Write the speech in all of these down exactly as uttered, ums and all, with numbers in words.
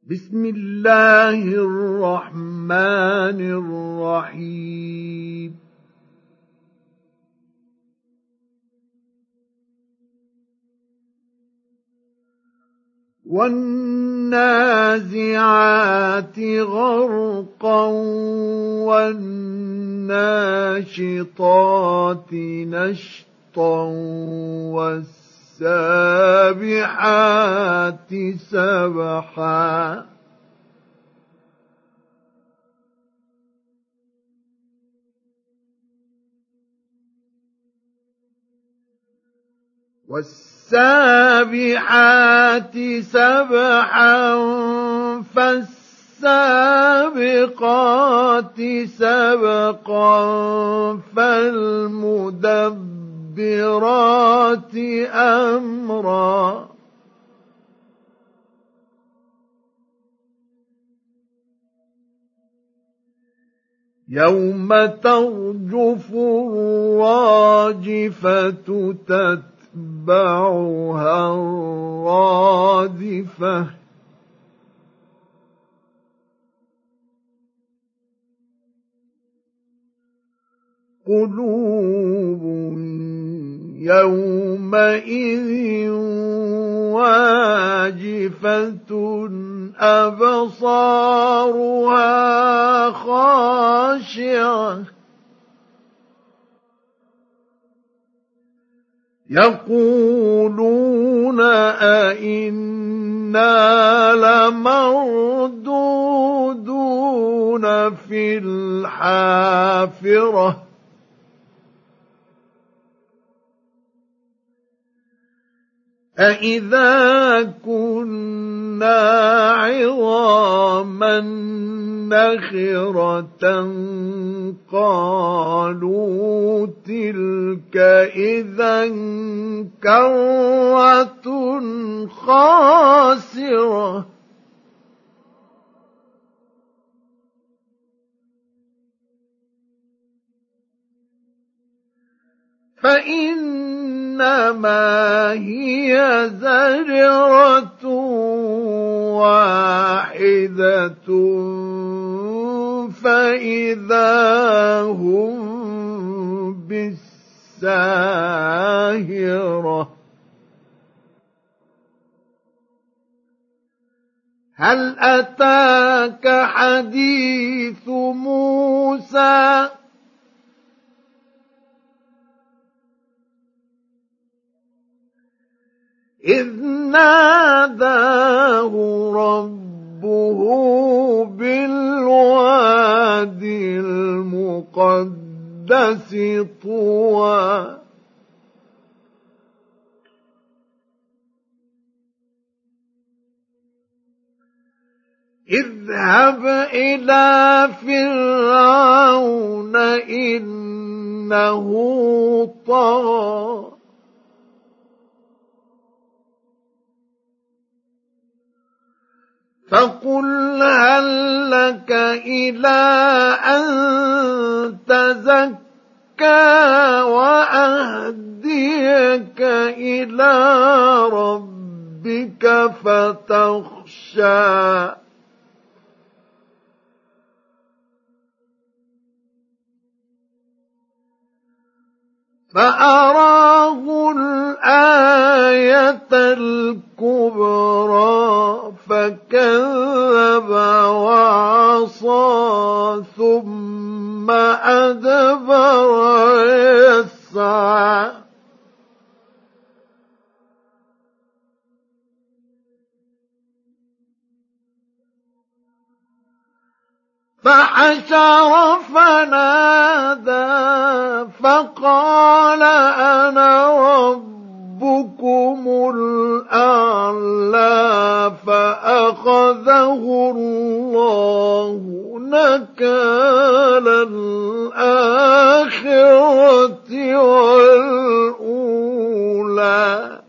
بسم الله الرحمن الرحيم والنازعات غرقا والناشطات نشطا والسابحات سبحا والسابحات سبحا فالسابقات سبقا فالمدبرات أمرا يوم ترجف الراجفة تتبعها الرادفة قلوب يومئذ واجفة أبصارها خاشعة يقولون أئنا لمردودون في الحافرة أئذا كنا عظاما نخرة قالوا تلك إذا كرة خاسرة فإنما هي زجرة واحدة فإذا هم بالساهرة هل أتاك حديث موسى إذ ناداه ربه بالوادي المقدس طوى اذهب إلى فرعون إنه طغى فقل هل لك إلى أن تزكى وأهديك إلى ربك فتخشى فأراه الآية الكبرى فكذب وعصى ثم أدبر يسعى فحشر فنادى فقال أنا ربكم الأعلى فأخذه الله نكال الآخرة والأولى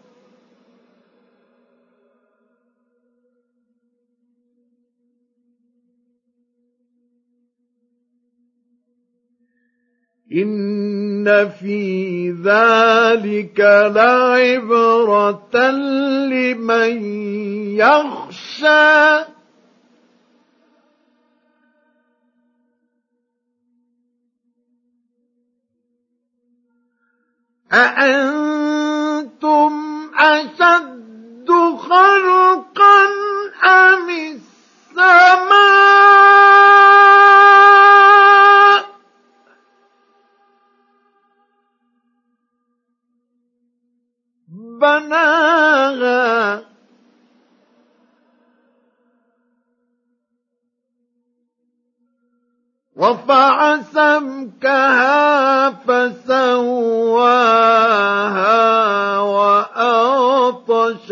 إن في ذلك لعبرة لمن يخشى أأنتم أشد خلقا أم السماء بناها رفع سمكها فسواها وأغطش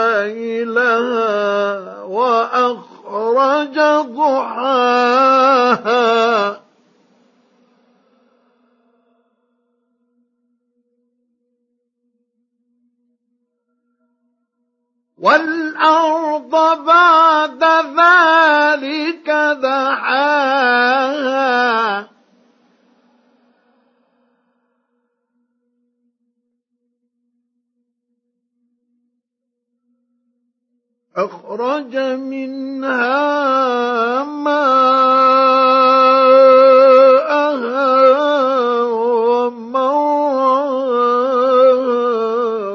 ليلها وأخرج ضحاها والأرض بعد ذلك دحاها أخرج منها ماءها ومرعاها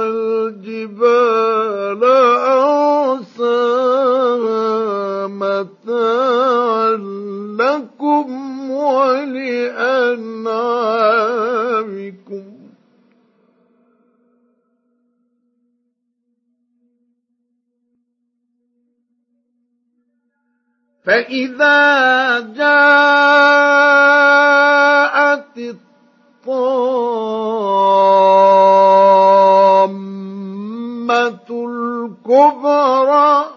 والجبال أرساها متاعا لكم ولأنعامكم فإذا جاءت الطامة الكبرى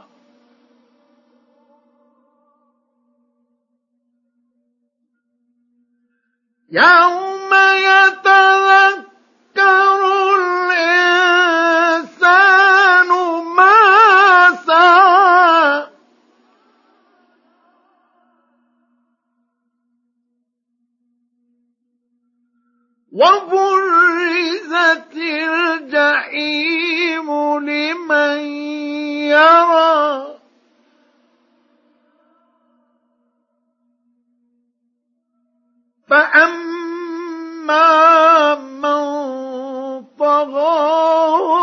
يوم يتذكر الإنسان ما سعى وبرزت الجحيم لمن يرى فأما من طغى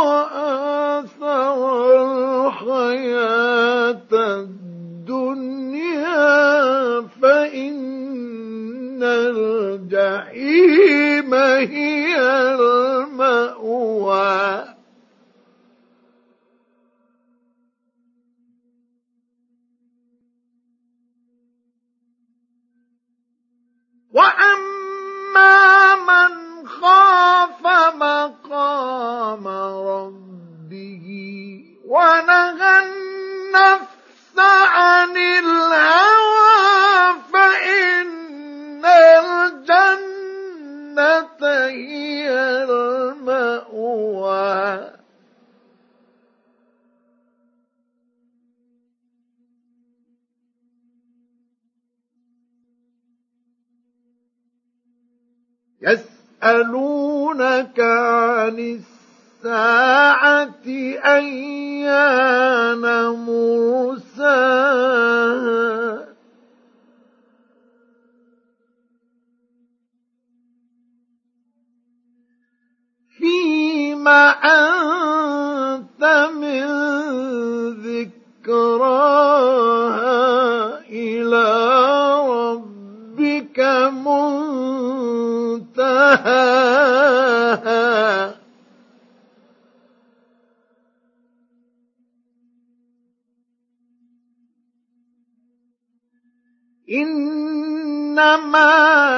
وآثر الحياة الدنيا فإن الجحيم هي المأوى وأما من خاف مقام ربه ونهى النفس عن الهوى فإن الجنة هي المأوى يسألونك عن الساعة أيان مرساها فيما أنت من ذكراها إلى ربك منتهاها إنما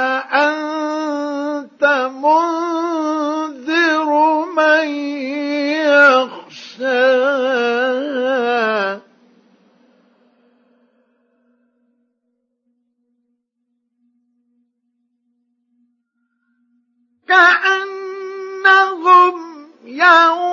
أنت منذر من يخشاها كأنهم يوم